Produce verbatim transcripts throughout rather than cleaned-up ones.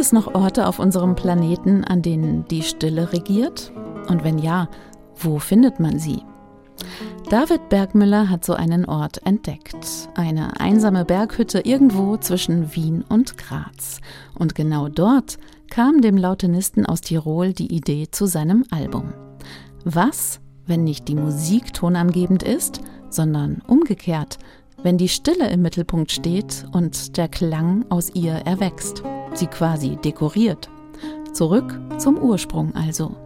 es noch Orte auf unserem Planeten, an denen die Stille regiert? Und wenn ja, wo findet man sie? David Bergmüller hat so einen Ort entdeckt. Eine einsame Berghütte irgendwo zwischen Wien und Graz. Und genau dort kam dem Lautenisten aus Tirol die Idee zu seinem Album. Was, wenn nicht die Musik tonangebend ist, sondern umgekehrt, wenn die Stille im Mittelpunkt steht und der Klang aus ihr erwächst, sie quasi dekoriert. Zurück zum Ursprung also.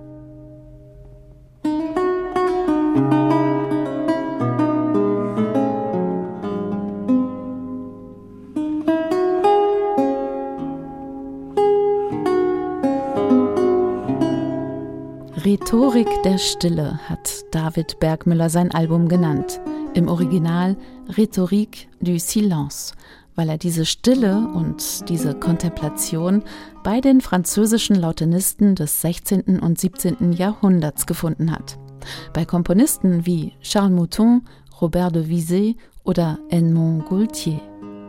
Rhetorik der Stille hat David Bergmüller sein Album genannt. Im Original Rhétorique du Silence, weil er diese Stille und diese Kontemplation bei den französischen Lautenisten des sechzehnten und siebzehnten Jahrhunderts gefunden hat. Bei Komponisten wie Charles Mouton, Robert de Visé oder Edmond Gaultier.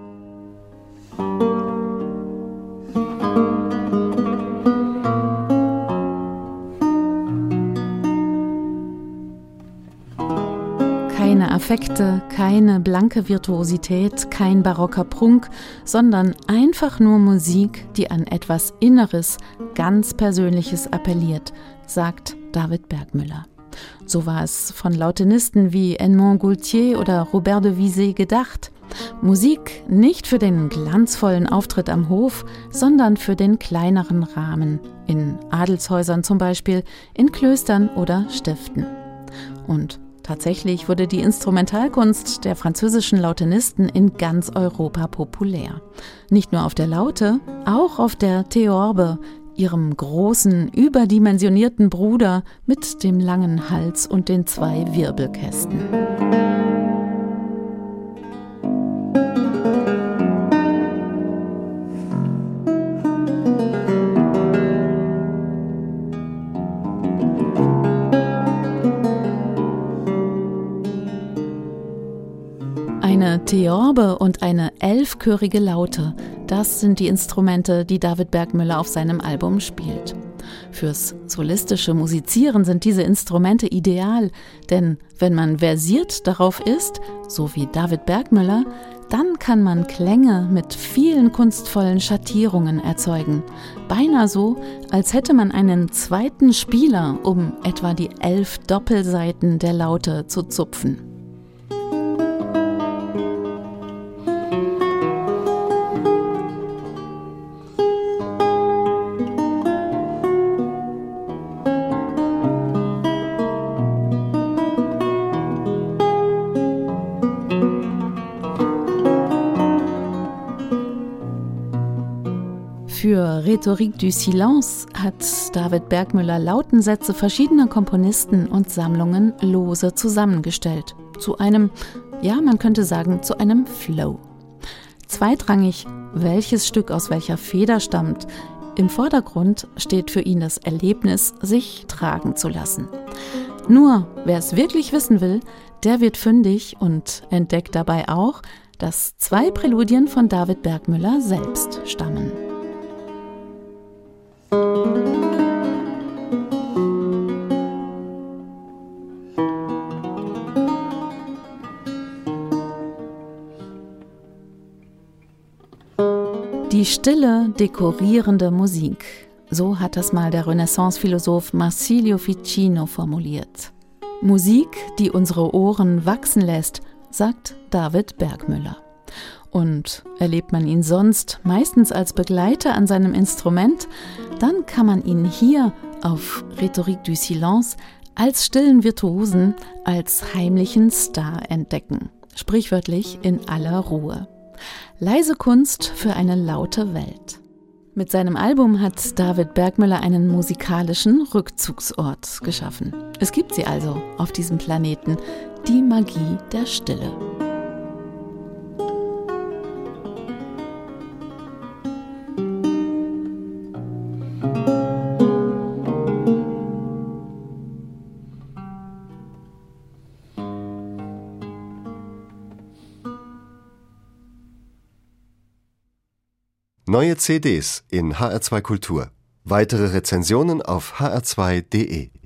Keine Affekte, keine blanke Virtuosität, kein barocker Prunk, sondern einfach nur Musik, die an etwas Inneres, ganz Persönliches appelliert, sagt David Bergmüller. So war es von Lautenisten wie Edmond Gaultier oder Robert de Visé gedacht. Musik nicht für den glanzvollen Auftritt am Hof, sondern für den kleineren Rahmen, in Adelshäusern zum Beispiel, in Klöstern oder Stiften. Und tatsächlich wurde die Instrumentalkunst der französischen Lautenisten in ganz Europa populär. Nicht nur auf der Laute, auch auf der Theorbe, ihrem großen, überdimensionierten Bruder mit dem langen Hals und den zwei Wirbelkästen. Eine Theorbe und eine elfchörige Laute, das sind die Instrumente, die David Bergmüller auf seinem Album spielt. Fürs solistische Musizieren sind diese Instrumente ideal, denn wenn man versiert darauf ist, so wie David Bergmüller, dann kann man Klänge mit vielen kunstvollen Schattierungen erzeugen. Beinahe so, als hätte man einen zweiten Spieler, um etwa die elf Doppelsaiten der Laute zu zupfen. Für Rhétorique du Silence hat David Bergmüller Lautensätze verschiedener Komponisten und Sammlungen lose zusammengestellt. Zu einem, ja, man könnte sagen, zu einem Flow. Zweitrangig, welches Stück aus welcher Feder stammt. Im Vordergrund steht für ihn das Erlebnis, sich tragen zu lassen. Nur, wer es wirklich wissen will, der wird fündig und entdeckt dabei auch, dass zwei Präludien von David Bergmüller selbst stammen. Die stille, dekorierende Musik, so hat das mal der Renaissance-Philosoph Marsilio Ficino formuliert. Musik, die unsere Ohren wachsen lässt, sagt David Bergmüller. Und erlebt man ihn sonst meistens als Begleiter an seinem Instrument, dann kann man ihn hier auf Rhétorique du Silence als stillen Virtuosen, als heimlichen Star entdecken. Sprichwörtlich in aller Ruhe. Leise Kunst für eine laute Welt. Mit seinem Album hat David Bergmüller einen musikalischen Rückzugsort geschaffen. Es gibt sie also auf diesem Planeten, die Magie der Stille. Neue C Ds in H R zwei Kultur. Weitere Rezensionen auf h r zwei punkt de.